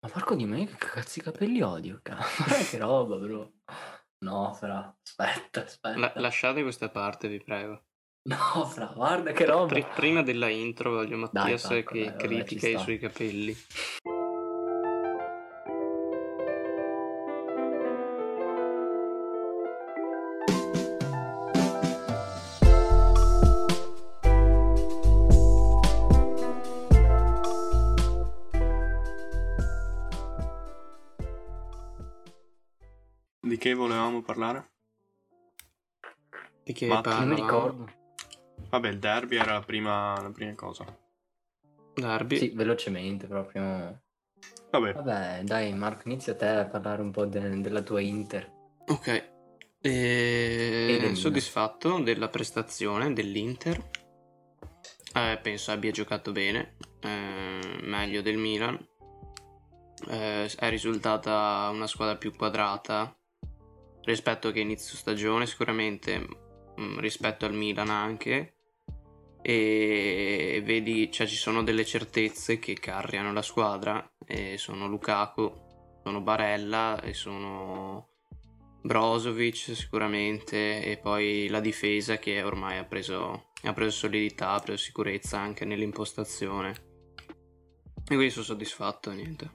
porco di me, che cazzo di capelli odio, guarda che roba, bro. No, fra, aspetta. Lasciate questa parte, vi prego. No, fra, guarda che roba. Prima della intro voglio Dai, Mattias Pacco, che dai, vabbè, ci critica i sta. suoi capelli. Di che volevamo parlare? Di che Matti? Non mi parlavamo? ricordo. Vabbè, il derby era la prima cosa. Derby. Sì, velocemente proprio. Vabbè, Vabbè, dai, Marco, inizia te a parlare un po' della tua Inter. Ok. E del Soddisfatto della prestazione dell'Inter. Penso abbia giocato bene, meglio del Milan. È risultata una squadra più quadrata rispetto che inizio stagione, sicuramente rispetto al Milan anche. E vedi, cioè ci sono delle certezze che carriano la squadra, e sono Lukaku, sono Barella e sono Brozovic sicuramente, e poi la difesa che ormai ha preso solidità, ha preso sicurezza anche nell'impostazione, e quindi sono soddisfatto. Niente,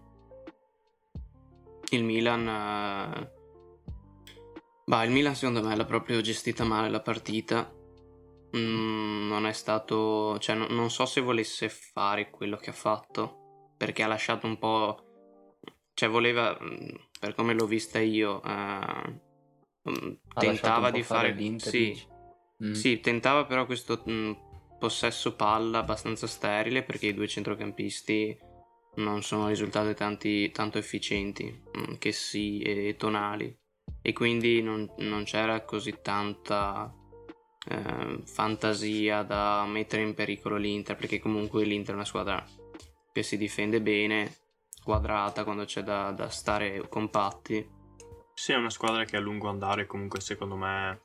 il Milan il Milan secondo me l'ha proprio gestita male la partita. Non è stato, cioè non so se volesse fare quello che ha fatto, perché ha lasciato un po', cioè voleva, per come l'ho vista io, Ha lasciato tentava un po' di fare fare, l'Inter, sì, dici? sì, tentava però questo possesso palla abbastanza sterile, perché i due centrocampisti non sono risultati tanto efficienti, che sì, e tonali, e quindi non c'era così tanta fantasia da mettere in pericolo l'Inter, perché comunque l'Inter è una squadra che si difende bene, quadrata quando c'è da stare compatti. sì, è una squadra che a lungo andare comunque secondo me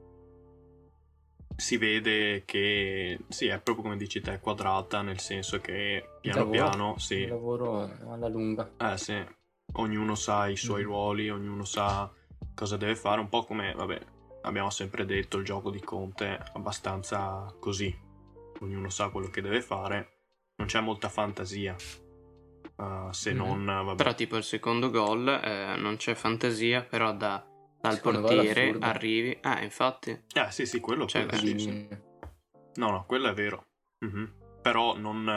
si vede che sì, è proprio come dici te, quadrata, nel senso che piano piano, Il sì, lavoro alla lunga. sì, ognuno sa i suoi ruoli, ognuno sa cosa deve fare, un po' come, vabbè, abbiamo sempre detto, il gioco di Conte è abbastanza così, ognuno sa quello che deve fare, non c'è molta fantasia, se non, vabbè. Però tipo il secondo gol non c'è fantasia, però dal Secondo gol portiere assurdo. arrivi, infatti, Sì, quello, cioè, quello sì. No, quello è vero. Però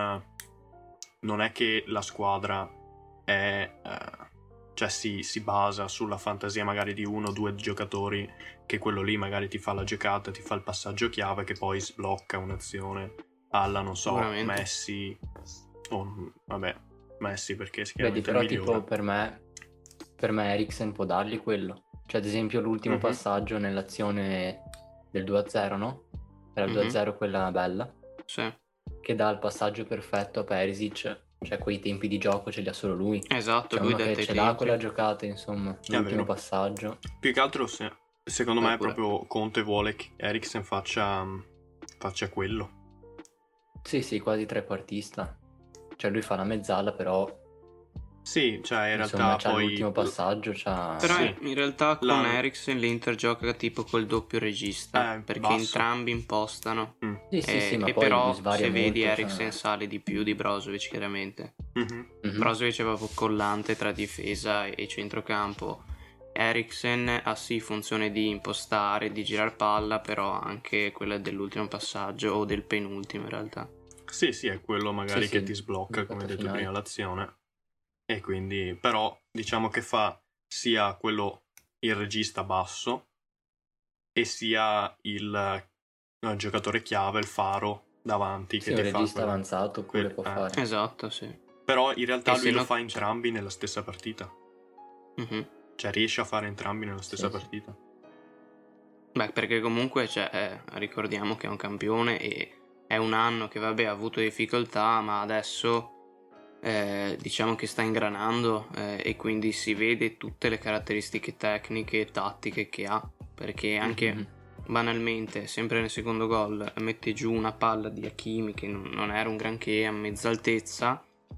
non è che la squadra è cioè si basa sulla fantasia magari di uno o due giocatori, che quello lì magari ti fa la giocata, ti fa il passaggio chiave che poi sblocca un'azione alla, non so, sicuramente. Messi vabbè, Messi perché è Vedi, sicuramente però il migliore. tipo per me Eriksen può dargli quello. Cioè ad esempio l'ultimo passaggio nell'azione del 2-0, no? Era il 2-0 quella bella, Sì. che dà il passaggio perfetto a Perisic. Cioè quei tempi di gioco ce li ha solo lui. Esatto, Cioè lui uno che detta i ce l'ha tempi. quella giocata, insomma, l'ultimo vero. passaggio. Più che altro secondo me pure. proprio Conte vuole che Eriksen faccia quello. Sì, quasi trequartista. Cioè lui fa la mezzala, però Sì, cioè in insomma realtà c'ha poi l'ultimo passaggio, c'ha... Però sì. in realtà con Eriksen l'Inter gioca tipo col doppio regista, perché basso. entrambi impostano. Sì, ma E poi però svaria se vedi molto, Eriksen sale di più di Brozovic, chiaramente. Brozovic è proprio collante tra difesa e centrocampo. Eriksen ha sì funzione di impostare, di girar palla, però anche quella dell'ultimo passaggio o del penultimo in realtà. Sì, è quello magari Sì, che ti sblocca, come detto finale. prima, l'azione. E quindi, però, diciamo che fa sia quello il regista basso e sia il giocatore chiave, il faro davanti, Sì, che un ti fa regista avanzato pure può fare. Esatto, sì. Però in realtà E lui lo fa entrambi nella stessa partita. Cioè riesce a fare entrambi nella stessa partita. Beh, perché comunque ricordiamo che è un campione e è un anno che vabbè ha avuto difficoltà, ma adesso diciamo che sta ingranando, e quindi si vede tutte le caratteristiche tecniche e tattiche che ha, perché anche banalmente sempre nel secondo gol mette giù una palla di Hakimi che non era un granché, a mezza altezza,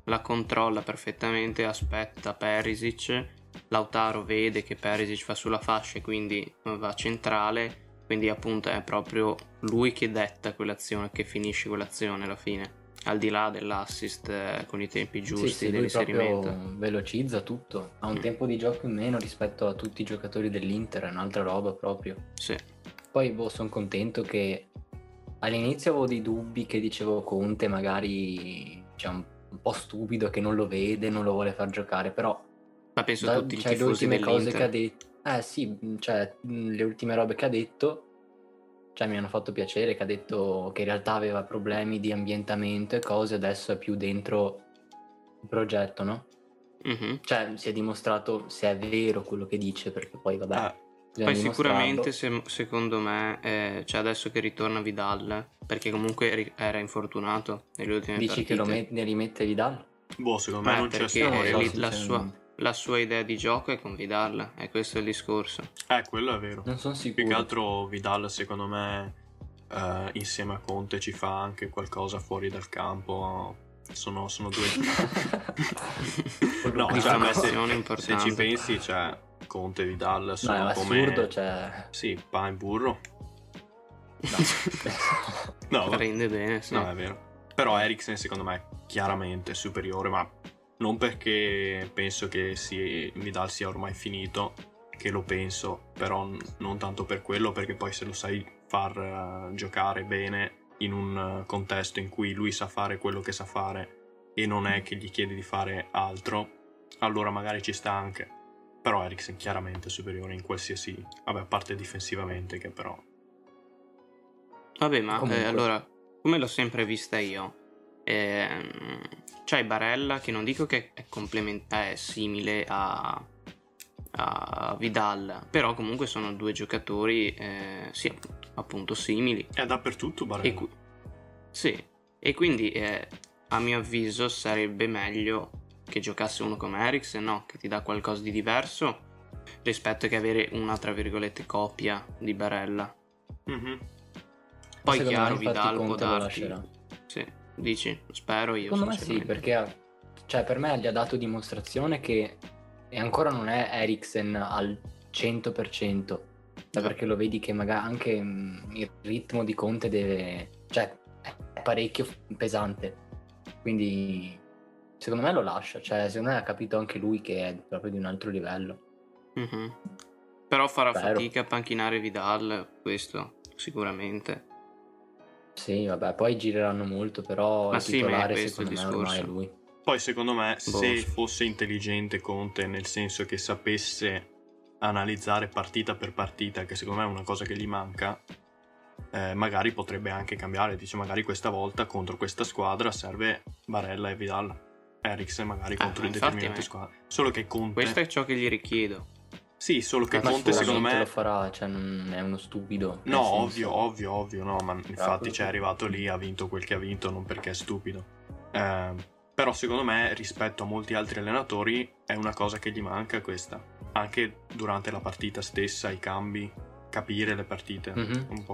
la controlla perfettamente, aspetta Perisic, Lautaro vede che Perisic va sulla fascia e quindi va centrale, quindi appunto è proprio lui che detta quell'azione, che finisce quell'azione alla fine, al di là dell'assist con i tempi giusti Sì, lui dell'inserimento. proprio velocizza tutto, ha un tempo di gioco in meno rispetto a tutti i giocatori dell'Inter, è un'altra roba proprio. Sì. Poi sono contento che all'inizio avevo dei dubbi che dicevo Conte magari un po' stupido che non lo vede, non lo vuole far giocare, però Ma penso a tutti i le tifosi ultime cose che ha dell'Inter. detto, sì, cioè le ultime robe che ha detto, cioè mi hanno fatto piacere, che ha detto che in realtà aveva problemi di ambientamento e cose, adesso è più dentro il progetto, no? Mhm. Cioè si è dimostrato se è vero quello che dice, perché poi vabbè, bisogna Poi dimostrarlo. sicuramente secondo me cioè adesso che ritorna Vidal, perché comunque era infortunato nelle ultime Dici che partite, ne rimette Vidal? Boh, secondo me non c'è perché Io non lo so, storia. sinceramente. la sua idea di gioco è con Vidal, e questo è il discorso. Quello è vero. Non sono Più che sicuro. altro Vidal, secondo me, insieme a Conte ci fa anche qualcosa fuori dal campo. Sono due. No, cioè, a me Diffamazione se importante. ci pensi, cioè, Conte e Vidal No, sono è come. assurdo, cioè. Sì, pane e burro. No. No, Rende bene, sì. no, è vero. Però Eriksen secondo me è chiaramente superiore, ma non perché penso che Vidal sia ormai finito, che lo penso, però non tanto per quello, perché poi se lo sai far giocare bene in un contesto in cui lui sa fare quello che sa fare e non è che gli chiedi di fare altro, allora magari ci sta anche. Però Eriksen chiaramente superiore in qualsiasi, vabbè, a parte difensivamente, che però. Vabbè, ma Comunque. allora, come l'ho sempre vista io, c'hai Barella che non dico che è simile a Vidal, però comunque sono due giocatori sì, appunto simili. È dappertutto Barella. Sì, e quindi a mio avviso sarebbe meglio che giocasse uno come Eriksen, no? Che ti dà qualcosa di diverso rispetto che avere una, tra virgolette, copia di Barella. Mm-hmm. Poi secondo chiaro, me, infatti, Vidal può Conte lo darti. lascerà. Sì, dici? Spero io. Secondo me sì, perché cioè, per me gli ha dato dimostrazione che e ancora non è Eriksen al 100%, perché lo vedi che magari anche il ritmo di Conte cioè è parecchio pesante, quindi secondo me lo lascia, cioè secondo me ha capito anche lui che è proprio di un altro livello. Mm-hmm. Però farà Spero. fatica a panchinare Vidal, questo sicuramente. Sì, vabbè, poi gireranno molto, però Ma il sì, ma è titolare questo il secondo me ormai è discorso. lui. Poi secondo me se Boh. fosse intelligente Conte, nel senso che sapesse analizzare partita per partita, che secondo me è una cosa che gli manca, magari potrebbe anche cambiare. Dice magari questa volta contro questa squadra serve Barella e Vidal, Eriksen magari contro determinate squadre. Solo che Conte... Questo è ciò che gli richiedo. Sì, solo che Ma Conte secondo me lo farà, cioè non è uno stupido. No, nel senso... ovvio, no, ma infatti c'è arrivato lì, ha vinto quel che ha vinto, non perché è stupido. Però secondo me, rispetto a molti altri allenatori, è una cosa che gli manca questa. Anche durante la partita stessa, i cambi, capire le partite, Mhm. un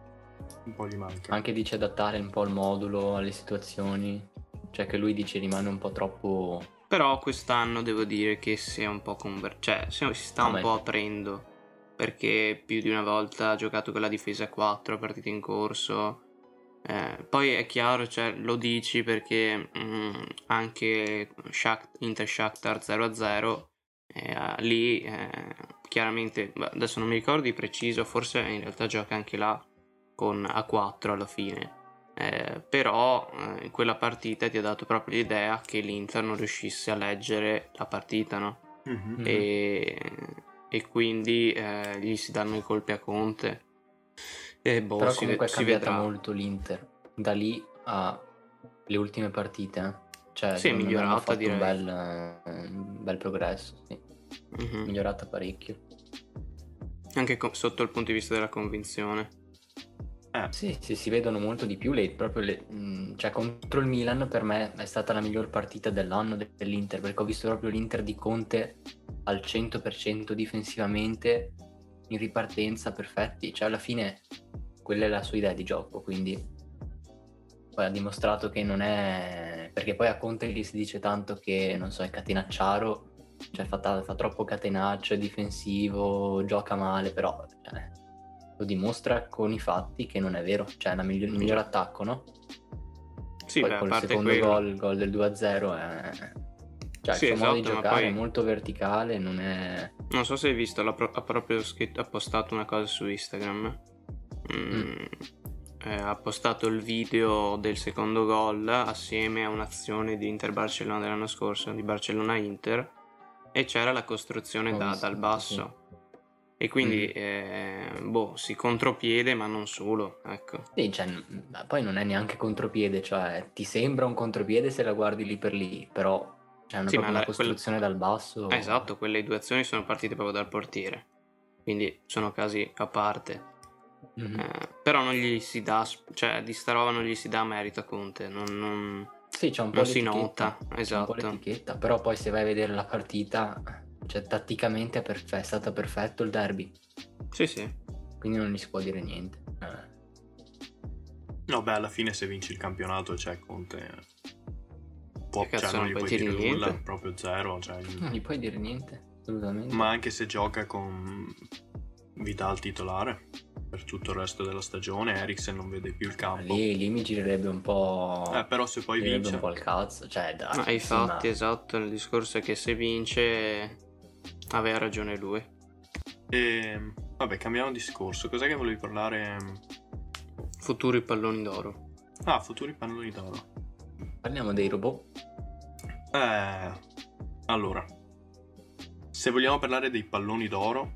po' gli manca. Anche dice adattare un po' il modulo alle situazioni, cioè che lui dice rimane un po' troppo... Però quest'anno devo dire che si è un po' cioè si sta un po' aprendo, perché più di una volta ha giocato con la difesa a 4 partite in corso. Poi è chiaro, cioè, lo dici perché anche Inter Shakhtar 0-0 lì chiaramente adesso non mi ricordo di preciso, forse in realtà gioca anche là con A4 alla fine. Però in quella partita ti ha dato proprio l'idea che l'Inter non riuscisse a leggere la partita, no? Mm-hmm. E quindi gli si danno i colpi a Conte. E boh, però comunque è cambiata vedrà. molto l'Inter da lì alle ultime partite, cioè Sì, è secondo me hanno migliorata, fatto direi. un bel progresso, sì. Mm-hmm. Migliorata parecchio anche sotto il punto di vista della convinzione. Sì, si vedono molto di più cioè contro il Milan per me è stata la miglior partita dell'anno dell'Inter, perché ho visto proprio l'Inter di Conte al 100% difensivamente, in ripartenza, perfetti, cioè alla fine quella è la sua idea di gioco, quindi poi ha dimostrato che non è perché poi a Conte gli si dice tanto che, non so, è catenacciaro, cioè fa troppo catenaccio, è difensivo, gioca male, però lo dimostra con i fatti che non è vero, cioè è il miglior attacco, no? Sì, Poi beh, a col parte secondo quello. il gol del 2-0 cioè Sì, il suo modo di esatto, ma giocare è poi molto verticale, non è... non so se hai visto, ha proprio ha postato una cosa su Instagram. Ha postato il video del secondo gol assieme a un'azione di Inter-Barcellona dell'anno scorso, di Barcellona-Inter, e c'era la costruzione dal basso. Sì. E quindi, si contropiede, ma non solo, ecco. Sì, cioè, poi non è neanche contropiede, cioè ti sembra un contropiede se la guardi lì per lì, però c'è proprio una costruzione dal basso. Esatto, quelle 2 azioni sono partite proprio dal portiere, quindi sono casi a parte. Però non gli si dà, cioè di sta roba non gli si dà merito a Conte, sì, c'è un po' non si nota, esatto. C'è un po' l'etichetta, però poi se vai a vedere la partita, cioè tatticamente è stato perfetto il derby. Sì. Quindi non gli si può dire niente. No, beh, alla fine se vinci il campionato, cioè Conte non gli puoi dire nulla, proprio zero. Cioè, non gli puoi dire niente, assolutamente. Ma anche se gioca con Vidal titolare per tutto il resto della stagione, Eriksen non vede più il campo. Lì mi girerebbe un po'... però se poi vince... un po' il cazzo, cioè dai. Infatti, esatto, il discorso è che se vince aveva ragione lui. E vabbè, cambiamo discorso. Cos'è che volevi parlare? Futuri palloni d'oro. Futuri palloni d'oro. Parliamo dei robot. Allora, se vogliamo parlare dei palloni d'oro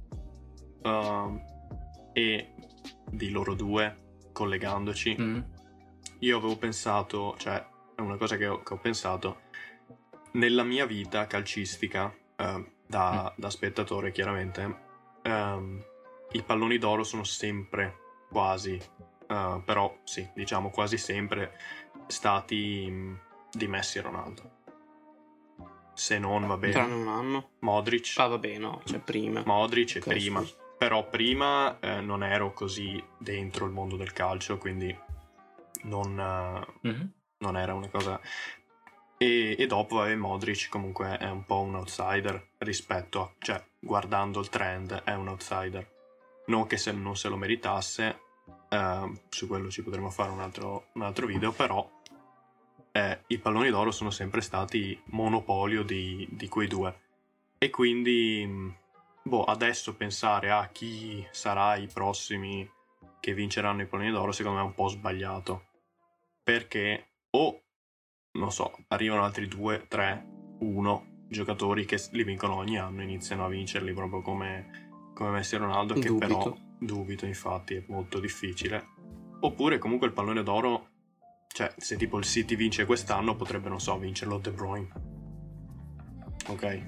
e di loro due, collegandoci, io avevo pensato, cioè è una cosa che ho pensato nella mia vita calcistica, da spettatore chiaramente, i palloni d'oro sono sempre quasi, però sì, diciamo quasi sempre stati di Messi e Ronaldo. Se non, va bene, tranne un anno, Modric. Vabbè, no, cioè prima Modric e prima. Però prima non ero così dentro il mondo del calcio, quindi non era una cosa... E dopo Modric comunque è un po' un outsider rispetto a... cioè, guardando il trend, è un outsider. Non che non se lo meritasse, su quello ci potremmo fare un altro video, però i palloni d'oro sono sempre stati monopolio di quei due. E quindi, adesso pensare a chi sarà i prossimi che vinceranno i palloni d'oro secondo me è un po' sbagliato. Perché non so, arrivano altri 2, 3, 1 giocatori che li vincono ogni anno, iniziano a vincerli proprio come Messi e Ronaldo, che però dubito, infatti è molto difficile. Oppure comunque il pallone d'oro, cioè se tipo il City vince quest'anno potrebbe, non so, vincerlo De Bruyne, ok?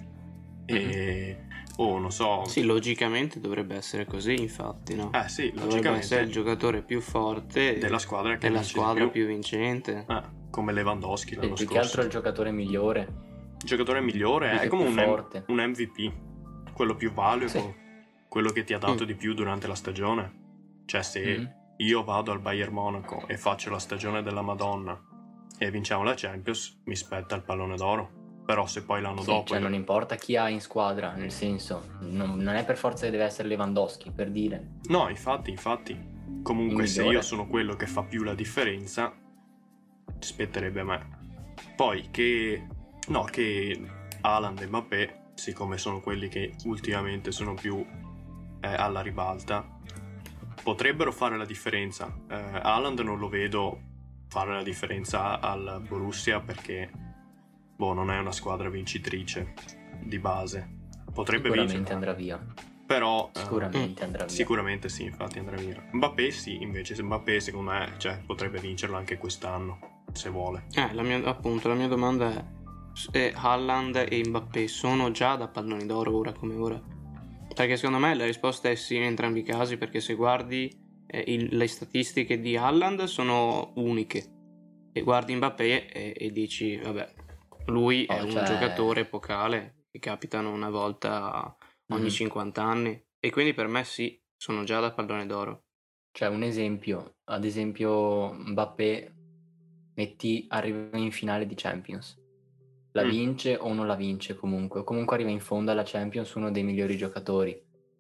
Non so. Sì, logicamente dovrebbe essere così, infatti, no? Sì, dovrebbe logicamente essere il giocatore più forte della squadra che della squadra più vincente, come Lewandowski l'anno scorso. Più che altro il giocatore migliore. Il giocatore migliore è come un MVP, quello più valuable, quello che ti ha dato di più durante la stagione. Cioè se io vado al Bayern Monaco e faccio la stagione della Madonna e vinciamo la Champions, mi spetta il pallone d'oro. Però se poi l'anno dopo... Cioè non importa chi ha in squadra, nel senso, non è per forza che deve essere Lewandowski, per dire. No, infatti. Comunque se io sono quello che fa più la differenza, spetterebbe a me. Poi che Haaland e Mbappé, siccome sono quelli che ultimamente sono più alla ribalta, potrebbero fare la differenza. Haaland non lo vedo fare la differenza al Borussia perché non è una squadra vincitrice di base. Potrebbe sicuramente andrà via. Però sicuramente andrà via. Sicuramente sì, infatti andrà via. Mbappé sì, invece Mbappé secondo me potrebbe vincerlo anche quest'anno, se vuole. La mia domanda è Haaland e Mbappé sono già da palloni d'oro ora come ora? Perché secondo me la risposta è sì in entrambi i casi, perché se guardi le statistiche di Haaland sono uniche e guardi Mbappé e dici vabbè, lui è un giocatore epocale che capitano una volta ogni 50 anni e quindi per me sì, sono già da pallone d'oro. Cioè un esempio, ad esempio Mbappé metti arriva in finale di Champions, la vince o non la vince comunque, o comunque arriva in fondo alla Champions uno dei migliori giocatori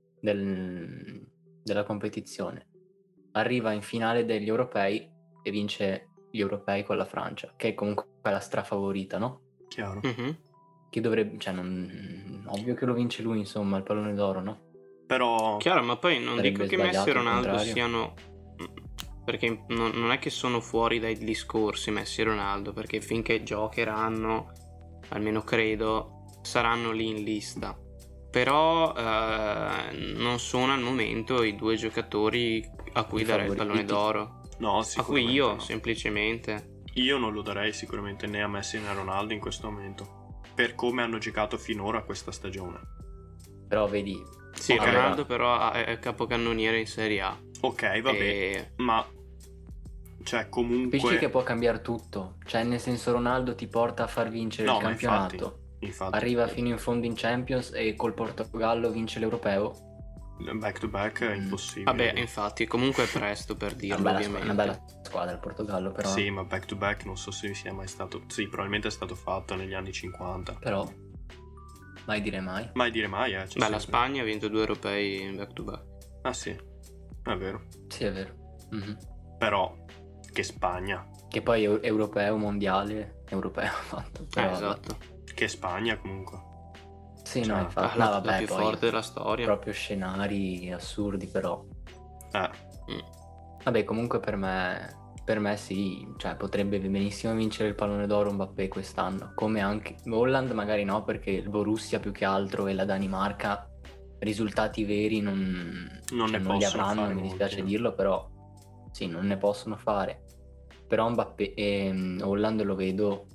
della competizione, arriva in finale degli europei e vince gli europei con la Francia, che è comunque la strafavorita, no? Chiaro. Che dovrebbe, cioè, ovvio che lo vince lui, insomma, il pallone d'oro, no? Però chiaro, ma poi non Sarebbe dico che Messi e sbagliato il Ronaldo contrario. siano, perché non è che sono fuori dai discorsi Messi e Ronaldo, perché finché giocheranno, almeno credo, saranno lì in lista. Però non sono al momento i due giocatori a cui I dare il pallone favoriti. d'oro. no, A cui sicuramente io, no. semplicemente. Io non lo darei sicuramente né a Messi né a Ronaldo in questo momento, per come hanno giocato finora questa stagione. Però vedi, Sì, Ok. Ronaldo però è capocannoniere in Serie A. Ok, vabbè, E- ma cioè capisci che comunque può cambiare tutto. Cioè, nel senso, Ronaldo ti porta a far vincere no, il ma campionato, infatti arriva fino in fondo in Champions e col Portogallo vince l'europeo. back to back è impossibile. Vabbè, infatti, comunque è presto per dirlo, ovviamente. Una bella squadra il Portogallo, però. Sì, ma back to back non so se sia mai stato. Sì, probabilmente è stato fatto negli anni 50. Però, mai dire mai. Mai dire mai, c'è Beh, sempre. la Spagna ha vinto 2 europei back to back. Ah sì, è vero. Sì, è vero. Mhm. Però, che Spagna. Che poi europeo, mondiale, europeo ha fatto. Però, Esatto. Che Spagna comunque. Sì, Cioè, no, infatti. La, No, la vabbè, più poi forte della storia. proprio scenari assurdi, però. Mm. Vabbè, comunque per me sì, cioè potrebbe benissimo vincere il pallone d'oro Mbappé quest'anno, come anche Holland magari no, perché il Borussia più che altro e la Danimarca risultati veri non Ne li possono avranno, fare mi dispiace molti, no? dirlo, però sì, non ne possono fare. Però Mbappé e Holland lo vedo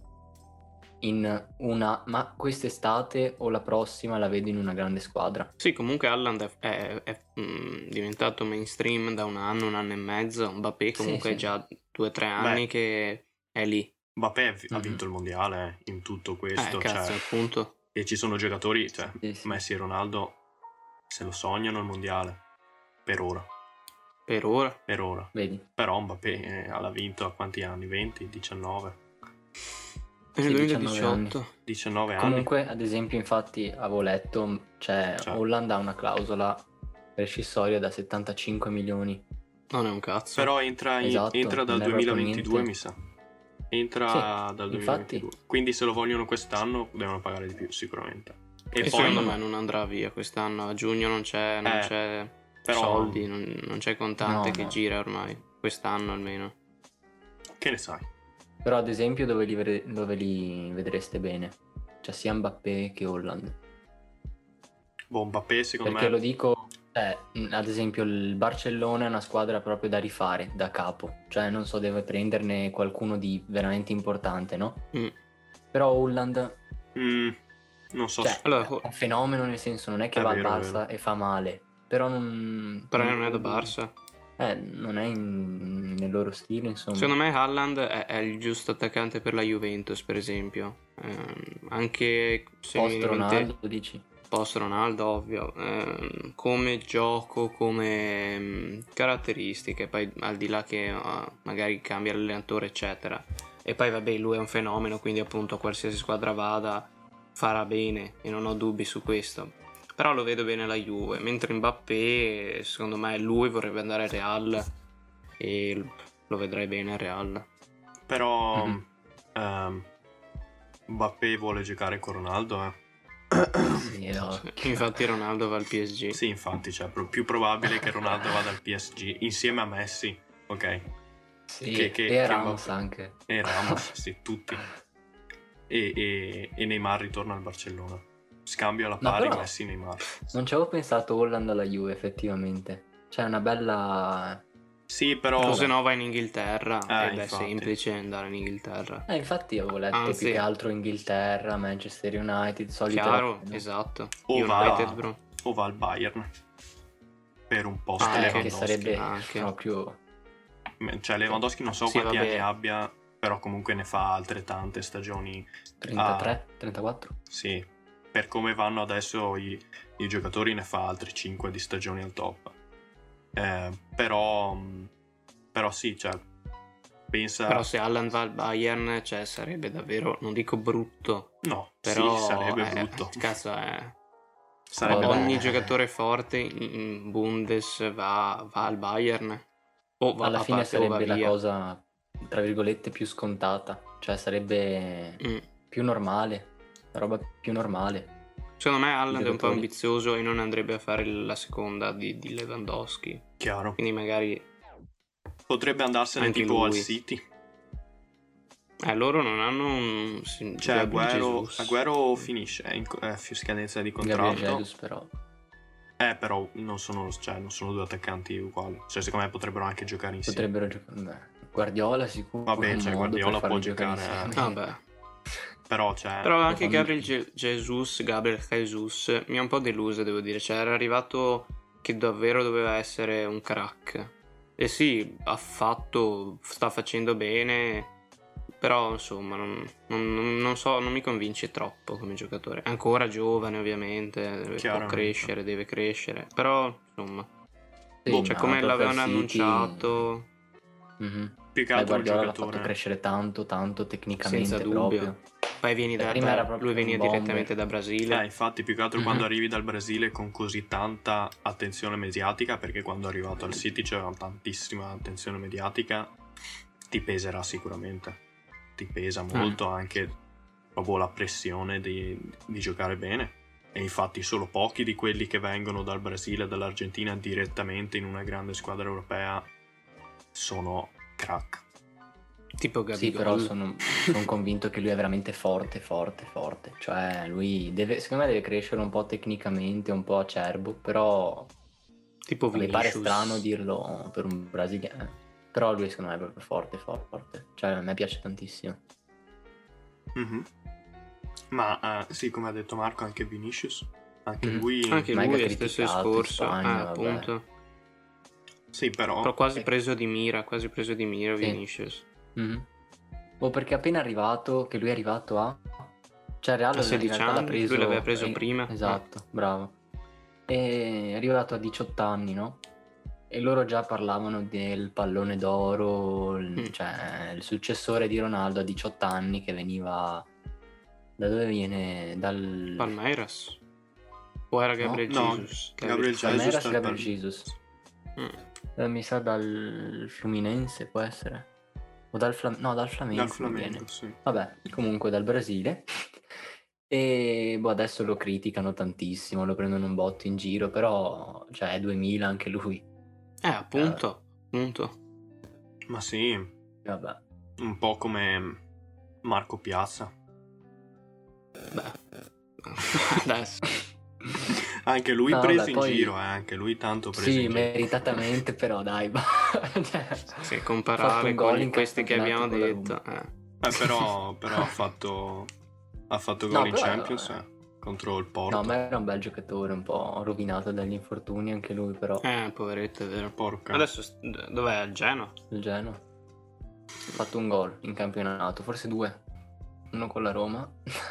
ma quest'estate o la prossima la vedo in una grande squadra. Sì, comunque Haaland è diventato mainstream da un anno e mezzo. Mbappé comunque Sì, è già 2 o 3 anni che è lì. Mbappé ha Mhm. vinto il mondiale in tutto questo, Cazzo, cioè, appunto. e ci sono giocatori, cioè Sì. Messi e Ronaldo se lo sognano il mondiale per ora. Per ora. Per ora. Vedi? Però Mbappé l'ha vinto a quanti anni? 20? 19? Nel Sì, 2018. 19 anni? Comunque, ad esempio, infatti, avevo letto, Cioè. Holland ha una clausola rescissoria da 75 milioni. Non è un cazzo. Però entra Esatto, dal non è proprio 2022, niente. mi sa. Entra Sì, dal infatti. 2022. Quindi se lo vogliono quest'anno devono pagare di più sicuramente. E poi secondo me non andrà via quest'anno. A giugno non c'è però- soldi, non c'è contante No, che no. gira ormai. Quest'anno almeno. che ne sai? Però, ad esempio, dove li vedreste bene? Cioè, sia Mbappé che Holland. Mbappé secondo Perché me lo dico, ad esempio, il Barcellona è una squadra proprio da rifare, da capo. Cioè, non so, deve prenderne qualcuno di veramente importante, no? Però Holland... non so Cioè, se... Allora, è un fenomeno, nel senso, non è che È va vero, al è Barça e fa male, però non non è da Barça. non è nel loro stile, insomma. Secondo me Haaland è il giusto attaccante per la Juventus, per esempio. Anche se mi Post viene in mente Ronaldo, dici? post Ronaldo, ovvio. Come gioco, come caratteristiche, poi al di là che magari cambia l'allenatore, eccetera. E poi vabbè, lui è un fenomeno, quindi appunto a qualsiasi squadra vada farà bene e non ho dubbi su questo. Però lo vedo bene alla Juve, mentre Mbappé, secondo me, lui vorrebbe andare al Real e lo vedrei bene al Real. Però Mhm. Mbappé vuole giocare con Ronaldo, Sì, no. Infatti Ronaldo va al PSG. Sì, infatti, cioè, più probabile che Ronaldo vada al PSG insieme a Messi, ok? Sì, che e Ramos Mbappé. anche. E Ramos, sì, tutti. E Neymar ritorna al Barcellona. Scambio alla No, pari però Messi-Neymar. non ci avevo pensato Holland alla Juve, effettivamente. C'è una bella... Sì, però... O se no va in Inghilterra ed è infatti. semplice andare in Inghilterra. infatti avevo letto Anzi, più che altro Inghilterra, Manchester United, solite chiaro, robe, no? esatto. O United, bro. va al Bayern per un posto Anche. Che Lewandowski. sarebbe anche. proprio... Cioè Lewandowski non so Sì, quanti vabbè. anni abbia, però comunque ne fa altrettante stagioni. 33, 34? Sì, per come vanno adesso i giocatori ne fa altri 5 di stagioni al top. Però sì, cioè pensa... Però se Haaland va al Bayern, cioè sarebbe davvero, non dico brutto, No, però sì, sarebbe brutto. Cazzo è... Sarebbe Ogni giocatore forte in Bundes va al Bayern o va Alla a fine parte o va sarebbe la via. cosa, tra virgolette, più scontata. Cioè sarebbe Mm. più normale. La roba più normale. Secondo me Haaland è un po' giocatori. ambizioso e non andrebbe a fare la seconda di Lewandowski. chiaro. Quindi magari Potrebbe andarsene anche tipo al lui. City. Loro non hanno un... Cioè Gabriel Agüero Jesus. finisce, è in scadenza di Gabriel contratto. Jesus però. Però non sono due attaccanti uguali. Cioè secondo me potrebbero anche giocare insieme. Potrebbero giocare. Guardiola sicuro. Vabbè, un cioè, modo Guardiola per può farli giocare giocare, insieme. Vabbè. Però cioè... Però anche fammi- Gabriel Jesus mi ha un po' deluso, devo dire. Cioè era arrivato che davvero doveva essere un crack. E sì, sta facendo bene. Però insomma non so, non mi convince troppo come giocatore. È ancora giovane ovviamente, può Chiaramente. deve crescere. Però insomma, Sì, cioè ma come proprio al l'avevano City- annunciato, Mhm. Più che Beh, altro il Guardiola l'ha fatto giocatore... crescere tanto senza tecnicamente dubbio. proprio. Poi Prima era lui proprio veniva un bomber. direttamente da Brasile. Infatti, più che altro Mhm. quando arrivi dal Brasile con così tanta attenzione mediatica, perché quando è arrivato al City c'era tantissima attenzione mediatica, ti peserà sicuramente. Ti pesa molto anche proprio la pressione di giocare bene. E infatti solo pochi di quelli che vengono dal Brasile e dall'Argentina direttamente in una grande squadra europea sono crack. Tipo Sì, Gabigol. però sono convinto che lui è veramente forte. Cioè, lui secondo me deve crescere un po' tecnicamente, un po' acerbo, però Tipo mi pare Vinicius. strano dirlo per un brasiliano. Però lui secondo me è proprio forte. Cioè, a me piace tantissimo. Mhm. Ma sì, come ha detto Marco, anche Vinicius. Anche lui... Anche Mega lui è stesso criticato in discorso. Spagna, vabbè. Appunto. Sì, Però però... quasi preso di mira Sì. Vinicius. Mhm. O perché appena arrivato, che lui è arrivato a... Cioè il Real A in 16 realtà l'ha anni, preso... lui l'aveva preso prima. Esatto, bravo. È arrivato a 18 anni, no? E loro già parlavano del pallone d'oro, cioè il successore di Ronaldo a 18 anni che veniva... Da dove viene? Dal... Palmeiras. O era Gabriel No, Jesus? Gabriel Jesus. Palmeiras, dal Gabriel Pal- Jesus. Mm. Mi sa dal Fluminense, può essere? O dal Flamengo? No, dal Flamengo. Dal Flamengo, viene. sì. Vabbè, comunque dal Brasile. E adesso lo criticano tantissimo, lo prendono un botto in giro, però cioè è 2000 anche lui. Appunto. Ma sì, Vabbè. un po' come Marco Piazza. Beh. Adesso. Anche lui No, preso vabbè, in poi- giro, anche lui tanto preso Sì, in giro. meritatamente, però dai. Cioè, Se ha fatto comparare un gol con in questi che campionato abbiamo con la detto. Però ha fatto gol No, in però- Champions contro il Porto. No, ma era un bel giocatore, un po' rovinato dagli infortuni anche lui, però. Poveretto, è vero. Porca. Adesso dov'è? Al Genoa? Il Genoa. Ha fatto un gol in campionato, forse 2. Uno con la Roma.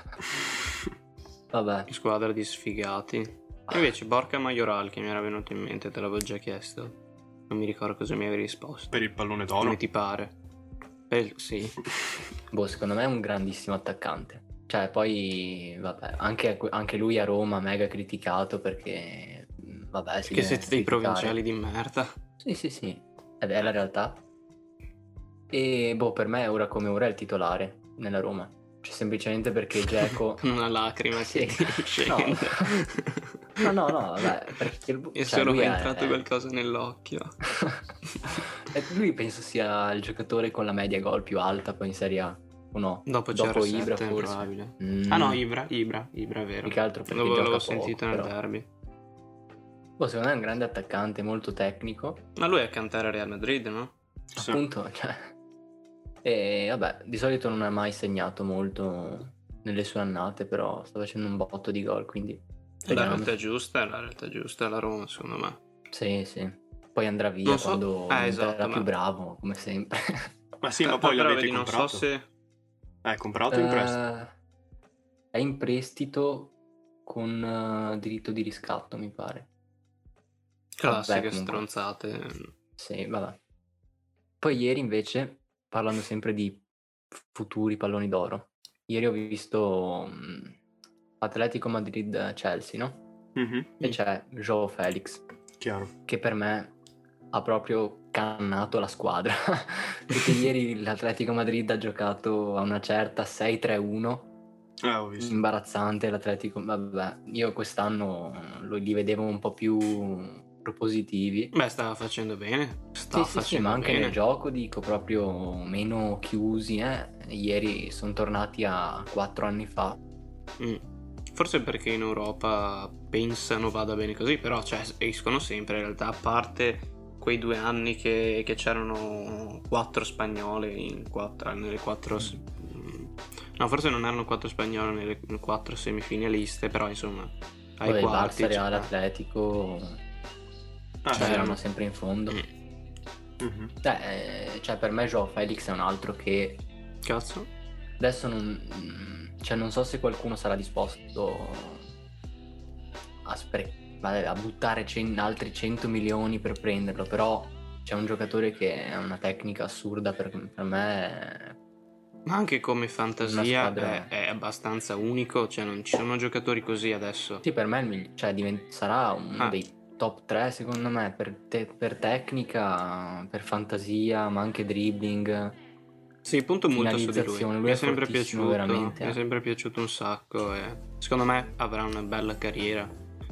Vabbè. Squadra di sfigati. E invece Borca Majoral, che mi era venuto in mente, te l'avevo già chiesto. Non mi ricordo cosa mi avevi risposto. Per il pallone d'oro. Come ti pare? Sì. Secondo me è un grandissimo attaccante. Cioè, poi, vabbè, anche lui a Roma mega criticato perché, vabbè, si Che deve siete dei criticare. provinciali di merda. Sì. È la realtà. E, per me ora come ora è il titolare nella Roma. Cioè, semplicemente perché Dzeko... Una lacrima Sì. che ti scende. No, vabbè, perché... E cioè, solo lui è entrato qualcosa nell'occhio. Lui penso sia il giocatore con la media gol più alta poi in Serie A, o no? Dopo Ibra CR7 è forse. probabile. Ah no, Ibra è vero. Più che altro perché L'avevo gioca sentito poco, nel però. derby. Secondo me è un grande attaccante, molto tecnico. Ma lui è cantare Real Madrid, no? Sì. Appunto, cioè... E vabbè, di solito non ha mai segnato molto nelle sue annate, però sta facendo un botto di gol, quindi... La realtà giusta è la Roma, secondo me. Sì. Poi andrà via Non so- quando diventerà esatto, più ma- bravo, come sempre. Ma sì, ma poi però l'avete vedi, non comprato? so se... Comprato in prestito? È in prestito con diritto di riscatto, mi pare. Classiche Vabbè, comunque. stronzate. Sì, vabbè. Poi ieri invece parlando sempre di futuri palloni d'oro, ieri ho visto Atletico Madrid-Chelsea, no? E c'è João Felix, Chiaro. che per me ha proprio cannato la squadra, perché ieri l'Atletico Madrid ha giocato a una certa 6-3-1, Ho visto. imbarazzante l'Atletico. Vabbè, io quest'anno li vedevo un po' più propositivi. Beh, stava facendo bene. Sì, ma anche nel gioco dico proprio meno chiusi. Ieri sono tornati a 4 anni fa. Forse perché in Europa pensano vada bene così, però cioè, escono sempre in realtà, a parte quei 2 anni che c'erano 4 spagnole nelle 4 no, forse non erano 4 spagnole nelle 4 semifinaliste, però insomma ai Poi quarti Barça, Real, Atletico erano sempre in fondo. Cioè per me João Felix è un altro che cazzo adesso non so se qualcuno sarà disposto a buttare altri 100 milioni per prenderlo, però c'è un giocatore che ha una tecnica assurda per me. Ma anche come fantasia squadra... è abbastanza unico, cioè non ci sono giocatori così adesso. Sì, per me sarà uno dei top 3 secondo me per tecnica, per fantasia, ma anche dribbling. Sì, punto molto su di lui. Lui Mi è è sempre fortissimo, piaciuto, veramente. Mi è sempre piaciuto un sacco e secondo me avrà una bella carriera.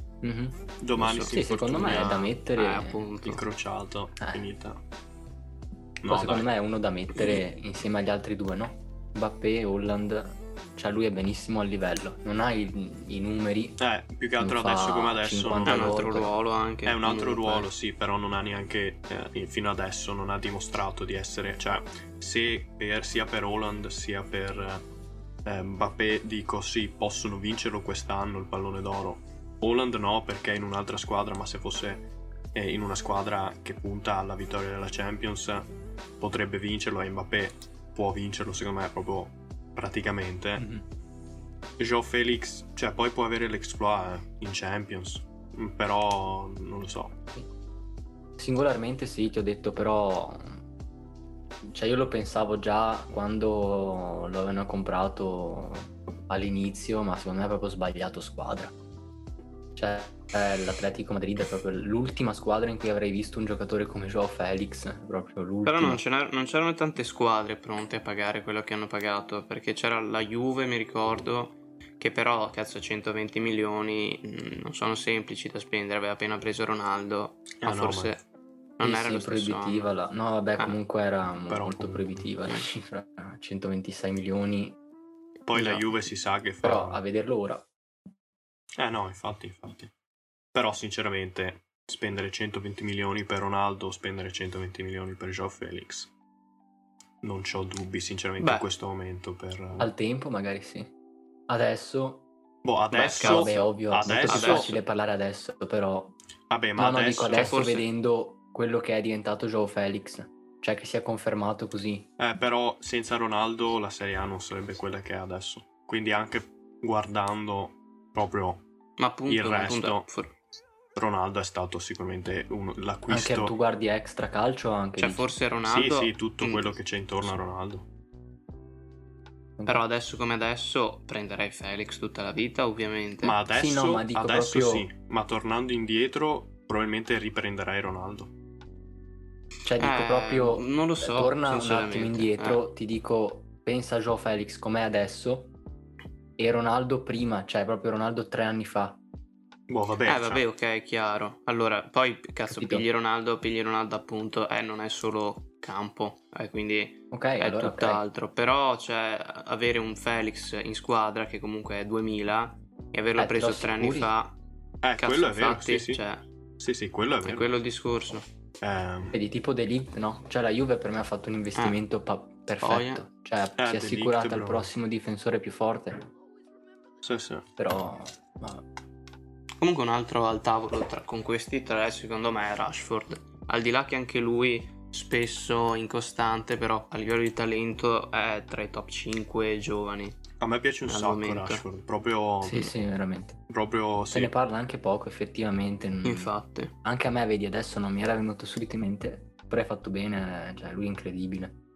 Domani sì, secondo me è da mettere appunto. incrociato, finita. No, secondo me è uno da mettere insieme agli altri due, no? Mbappé, Holland, cioè lui è benissimo al livello, non ha i numeri. Più che altro adesso come adesso è un altro ruolo anche. È un altro ruolo, sì, però non ha neanche fino adesso non ha dimostrato di essere, cioè sia per Holland sia per Mbappé dico sì, possono vincerlo quest'anno il pallone d'oro. Holland no, perché è in un'altra squadra, ma se fosse in una squadra che punta alla vittoria della Champions potrebbe vincerlo, e Mbappé può vincerlo secondo me proprio praticamente. João Felix, cioè poi può avere l'exploit in Champions, però non lo so. Singolarmente sì, ti ho detto, però cioè io lo pensavo già quando lo avevano comprato all'inizio, ma secondo me è proprio sbagliato squadra. Cioè l'Atletico Madrid è proprio l'ultima squadra in cui avrei visto un giocatore come João Felix, proprio l'ultima. Però non c'erano tante squadre pronte a pagare quello che hanno pagato, perché c'era la Juve, mi ricordo, che però, cazzo, 120 milioni non sono semplici da spendere, aveva appena preso Ronaldo, ma forse non era lo stesso proibitiva anno. No, vabbè, comunque era molto proibitiva la cifra, 126 milioni. Poi la Juve si sa che fa... Però a vederlo ora... no, infatti. Però sinceramente spendere 120 milioni per Ronaldo o spendere 120 milioni per João Felix non c'ho dubbi sinceramente in questo momento per... Al tempo magari sì. Adesso... adesso... Vabbè, ovvio, adesso... è molto più facile parlare adesso, però... Vabbè, ma no, dico adesso forse... vedendo quello che è diventato João Felix, cioè che si è confermato così. Però senza Ronaldo la Serie A non sarebbe quella che è adesso, quindi anche guardando proprio il resto... Ronaldo è stato sicuramente l'acquisto. Anche tu guardi extra calcio anche. Cioè, forse Ronaldo. Sì, tutto quello che c'è intorno a Ronaldo. Però adesso come adesso prenderei Felix tutta la vita, ovviamente. Ma adesso, sì, no, ma dico adesso proprio... sì. Ma tornando indietro, probabilmente riprenderai Ronaldo. Cioè, dico proprio. Non lo so. Torna un attimo indietro, ti dico, pensa a João Felix com'è adesso e Ronaldo prima, cioè proprio Ronaldo 3 anni fa. Vabbè, ok, chiaro. Allora, poi, cazzo, pigli Ronaldo appunto, non è solo campo, quindi è allora, tutt'altro. Però, cioè, avere un Felix in squadra, che comunque è 2000, e averlo preso 3 anni fa... cazzo, quello è vero, infatti, sì. Cioè, sì, quello è vero. È quello il discorso. Vedi, tipo De Ligt, no? Cioè la Juve per me ha fatto un investimento perfetto. Cioè si è assicurata il prossimo difensore più forte. Sì. Però... Comunque un altro al tavolo con questi tre secondo me è Rashford. Al di là che anche lui spesso incostante, però a livello di talento è tra i top 5 giovani. A me piace un sacco Rashford, proprio... Sì, veramente. Proprio Se ne parla anche poco, effettivamente. Infatti. Anche a me, vedi, adesso non mi era venuto subito in mente, però hai fatto bene, cioè lui è incredibile.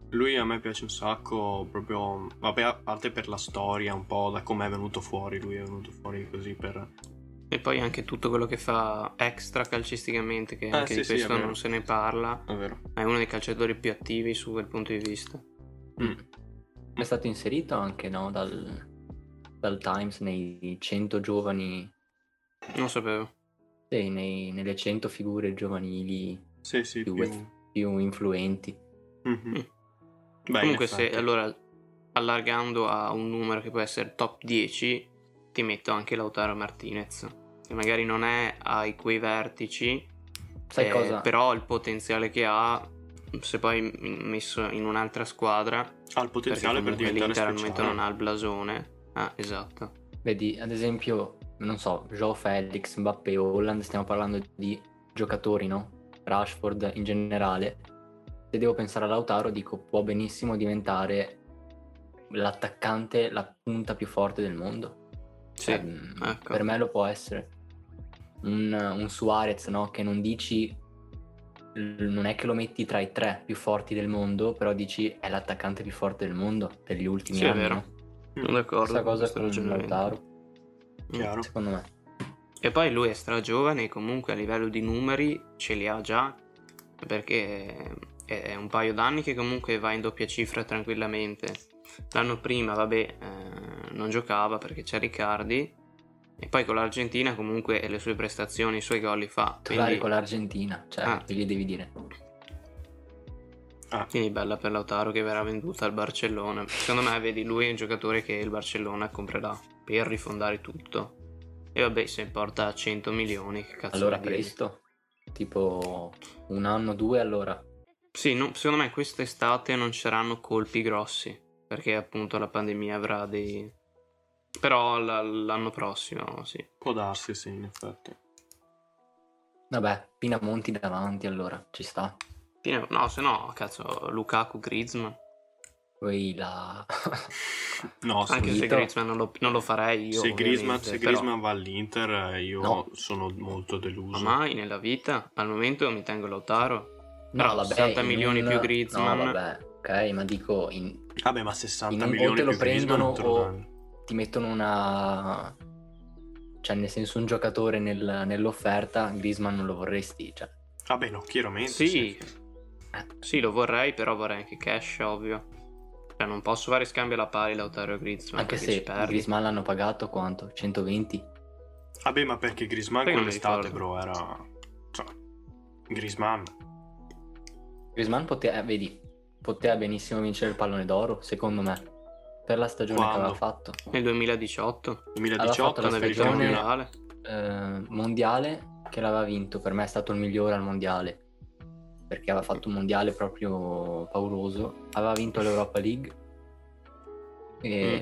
Lui a me piace un sacco, proprio, vabbè, a parte per la storia, un po' da come è venuto fuori, lui è venuto fuori così per... E poi anche tutto quello che fa extra calcisticamente, che anche sì, di questo sì, non se ne parla. È vero. È uno dei calciatori più attivi su quel punto di vista. È stato inserito anche, no, dal Times nei 100 giovani, Non sapevo. sì, nelle 100 figure giovanili Sì, più influenti. Mhm. Beh, Comunque in effetti. se allora allargando a un numero che può essere top 10, ti metto anche Lautaro Martinez, che magari non è ai quei vertici, Sai cosa? però il potenziale che ha, se poi messo in un'altra squadra, Ha il potenziale per perché comunque diventare l'Inter al momento speciale. non ha il blasone. Esatto. Vedi, ad esempio, non so, Joao Felix, Mbappé o Holland, stiamo parlando di giocatori, no? Rashford in generale. Se devo pensare a Lautaro, dico, può benissimo diventare l'attaccante, la punta più forte del mondo. Sì, ecco. Per me lo può essere. Un Suarez, no? Che non dici, non è che lo metti tra i 3 più forti del mondo, però dici è l'attaccante più forte del mondo degli ultimi Sì, è anni, vero. no? Sono d'accordo Questa con cosa questo con ragionamento. Lautaro, Chiaro. secondo me. E poi lui è stragiovane e comunque a livello di numeri ce li ha già, perché è un paio d'anni che comunque va in doppia cifra tranquillamente. L'anno prima, non giocava perché c'è Riccardi, e poi con l'Argentina comunque le sue prestazioni, i suoi gol li fa. Titolare con l'Argentina, cioè, Ah. che gli devi dire? Quindi bella per Lautaro che verrà venduta al Barcellona. Secondo me, vedi, lui è un giocatore che il Barcellona comprerà per rifondare tutto. E vabbè, se porta 100 milioni, che cazzo Allora vuoi dirgli? presto, tipo un anno, 2 allora. Sì, secondo me quest'estate non ci saranno colpi grossi, perché appunto la pandemia avrà dei... Però l'anno prossimo, sì. Può darsi, sì, in effetti. Vabbè, Pinamonti davanti allora, ci sta. No, se no, cazzo, Lukaku, Griezmann. Poi la... No, Anche se Subito. Griezmann non lo farei io, se ovviamente, Griezmann va all'Inter, io No. sono molto deluso. Ma mai nella vita, al momento mi tengo Lautaro. No, Però vabbè, 60 milioni più Griezmann. No, vabbè, ok, ma dico, Vabbè, ma 60 o milioni te lo più Griezmann prendono non te lo o danno. ti mettono una... Cioè, nel senso, un giocatore nell'offerta, Griezmann non lo vorresti, cioè. Vabbè, no, chiaramente. Sì, lo vorrei, però vorrei anche cash, ovvio. Cioè, non posso fare scambio alla pari Lautaro e Griezmann. Anche perché se ci perdi. Griezmann l'hanno pagato quanto? 120? Vabbè, ma perché Griezmann Perché non mi quell'estate, ricordo. bro, era... Cioè, Griezmann. Griezmann poteva benissimo vincere il pallone d'oro, secondo me, per la stagione Quando? che aveva fatto. Nel 2018, 2018 la quando ha vinto il stagione- mondiale. Mondiale che l'aveva vinto, per me è stato il migliore al mondiale, perché aveva fatto un mondiale proprio pauroso, aveva vinto l'Europa League e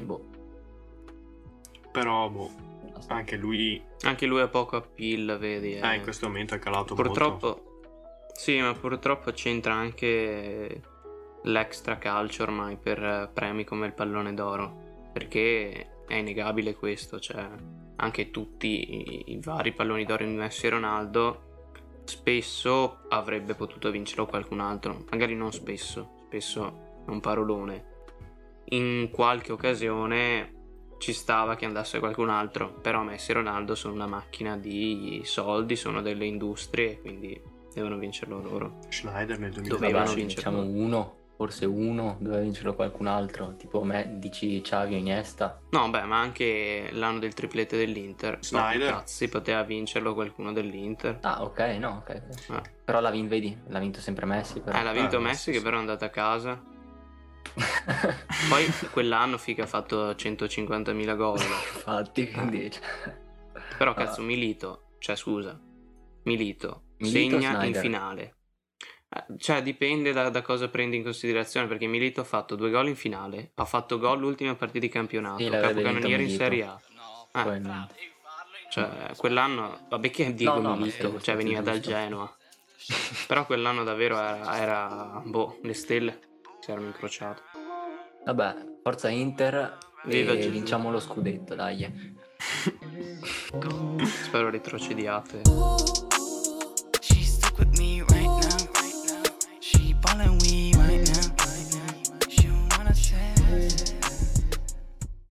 Però, anche lui Anche lui ha poco appeal, vedi. in questo momento è calato Purtroppo, molto. sì, ma purtroppo c'entra anche l'extra calcio ormai per premi come il pallone d'oro, perché è innegabile questo, cioè anche tutti i vari palloni d'oro di Messi e Ronaldo spesso avrebbe potuto vincerlo qualcun altro, magari non spesso è un parolone, in qualche occasione ci stava che andasse qualcun altro, però Messi e Ronaldo sono una macchina di soldi, sono delle industrie, quindi devono vincerlo loro. Schneider nel Dovevano Vabbè, 2010. vincerlo. diciamo forse uno, doveva vincerlo qualcun altro, tipo me, dici Xavi o Iniesta. No, beh, ma anche l'anno del triplete dell'Inter. Snyder. No, cazzi, poteva vincerlo qualcuno dell'Inter. Ah, ok, no, ok. Però l'ha vinto sempre Messi, però. L'ha vinto Ah, Messi, che sì. però è andato a casa. Poi quell'anno figa ha fatto 150.000 gol. Infatti, quindi... Però cazzo, Milito Milito o segna in Snyder? finale. Cioè dipende da cosa prendi in considerazione, perché Milito ha fatto 2 gol in finale, ha fatto gol l'ultima partita di campionato, Sì, l'avrebbe capocannoniere in vinto Serie A. Probabilmente. Cioè quell'anno, vabbè che è Diego No, ma Milito, sarebbe cioè stato veniva dal giusto. Genoa. Però quell'anno davvero era le stelle si erano incrociate. Vabbè, forza Inter Viva e Gesù. vinciamo lo scudetto, dai. Spero retrocediate. She stuck with me right now. She ballin', we